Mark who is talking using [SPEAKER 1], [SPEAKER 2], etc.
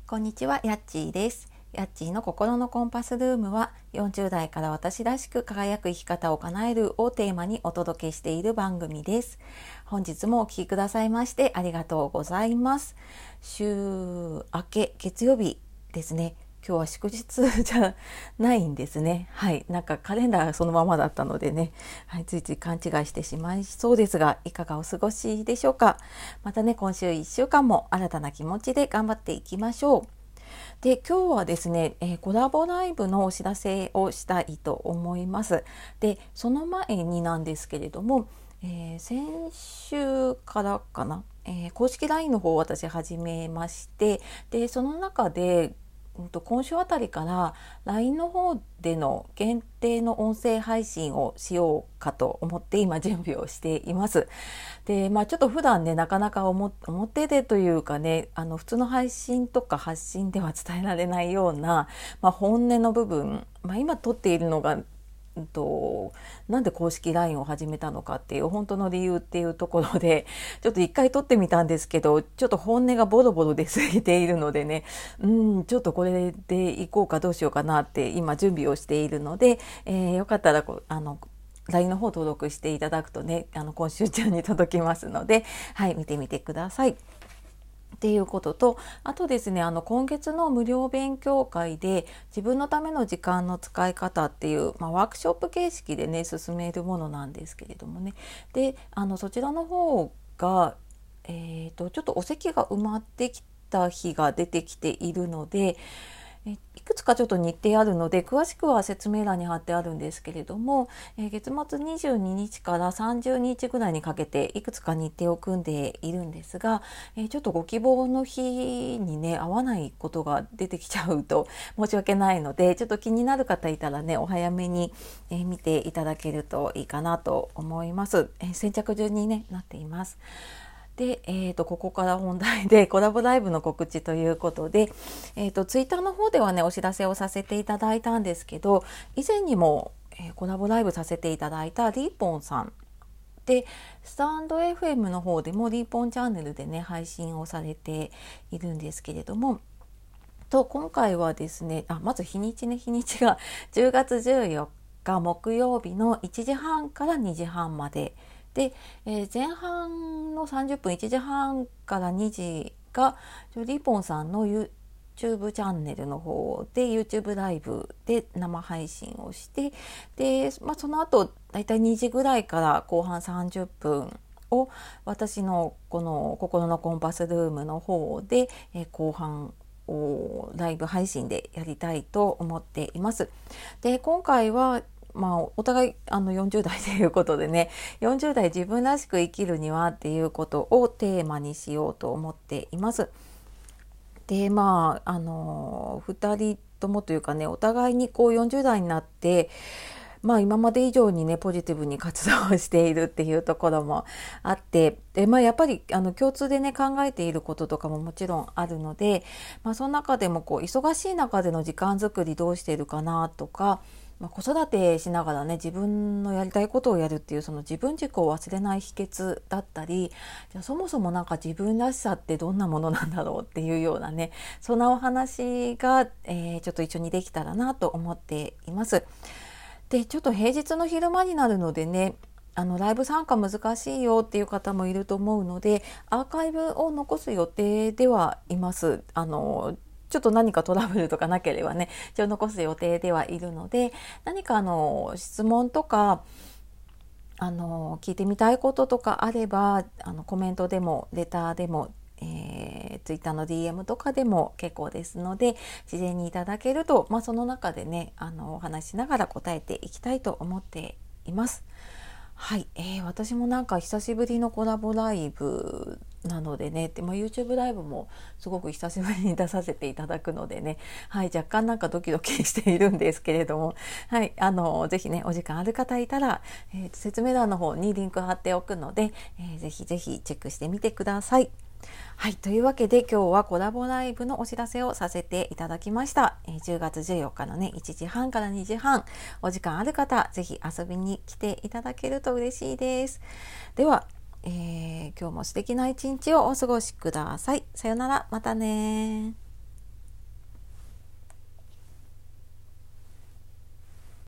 [SPEAKER 1] こんにちは、やっちーです。やっちーの心のコンパスルームは、40代から私らしく輝く生き方を叶えるをテーマにお届けしている番組です。本日もお聞きくださいましてありがとうございます。週明け月曜日ですね。今日は祝日じゃないんですね。はい、なんかカレンダーがそのままだったのでね、はい、ついつい勘違いしてしまいそうですが、いかがお過ごしでしょうか。またね、今週1週間も新たな気持ちで頑張っていきましょう。で、今日はですね、コラボライブのお知らせをしたいと思います。で、その前になんですけれども、先週からかな、公式 LINE の方を私始めまして、でその中で今週あたりから LINE の方での限定の音声配信をしようかと思って今準備をしています。で、ちょっと普段ね、なかなか表でというかね、普通の配信とか発信では伝えられないような、本音の部分、今撮っているのがなんで公式 LINE を始めたのかっていう本当の理由っていうところでちょっと一回撮ってみたんですけど、ちょっと本音がボロボロ出過ぎているのでね、ちょっとこれでいこうかどうしようかなって今準備をしているので、よかったらLINE の方登録していただくとね、今週中に届きますので、はい、見てみてください。っていうことと、あとですね、今月の無料勉強会で自分のための時間の使い方っていう、ワークショップ形式でね進めるものなんですけれどもね、でそちらの方が、ちょっとお席が埋まってきた日が出てきているので、いくつかちょっと日程あるので詳しくは説明欄に貼ってあるんですけれども、月末22日から30日ぐらいにかけていくつか日程を組んでいるんですが、ちょっとご希望の日にね合わないことが出てきちゃうと申し訳ないので、ちょっと気になる方いたらねお早めに、見ていただけるといいかなと思います。先着順に、なっています。で、ここから本題でコラボライブの告知ということで、ツイッターの方ではねお知らせをさせていただいたんですけど、以前にも、コラボライブさせていただいたリーポンさんで、スタンド FM の方でもリーポンチャンネルでね配信をされているんですけれども、今回はですね、まず日にちが10月14日木曜日の1時半から2時半までで、前半の30分1時半から2時がリポンさんの YouTube チャンネルの方で YouTube ライブで生配信をして、で、その後だいたい2時ぐらいから後半30分を私のこの心のコンパスルームの方で、後半をライブ配信でやりたいと思っています。で、今回はお互い40代ということでね、40代自分らしく生きるにはっていうことをテーマにしようと思っています。で、2人ともというかね、お互いにこう40代になって今まで以上にねポジティブに活動をしているっていうところもあって、で、やっぱり共通でね考えていることとかももちろんあるので、その中でもこう忙しい中での時間作りどうしているかなとか、子育てしながらね自分のやりたいことをやるっていうその自分軸を忘れない秘訣だったり、じゃあそもそも自分らしさってどんなものなんだろうっていうようなね、そんなお話が、ちょっと一緒にできたらなと思っています。で、ちょっと平日の昼間になるのでね、ライブ参加難しいよっていう方もいると思うので、アーカイブを残す予定ではいます。ちょっと何かトラブルとかなければね、一応残す予定ではいるので、何か質問とか聞いてみたいこととかあれば、コメントでもレターでも、ツイッターの DM とかでも結構ですので、事前にいただけると、その中でねお話ししながら答えていきたいと思っています。はい、私も久しぶりのコラボライブなのでね、YouTube ライブもすごく久しぶりに出させていただくのでね、はい、若干ドキドキしているんですけれども、はい、ぜひねお時間ある方いたら、説明欄の方にリンク貼っておくので、ぜひぜひチェックしてみてください。はい、というわけで今日はコラボライブのお知らせをさせていただきました。10月14日のね1時半から2時半、お時間ある方ぜひ遊びに来ていただけると嬉しいです。では、今日も素敵な一日をお過ごしください。さよなら、またね。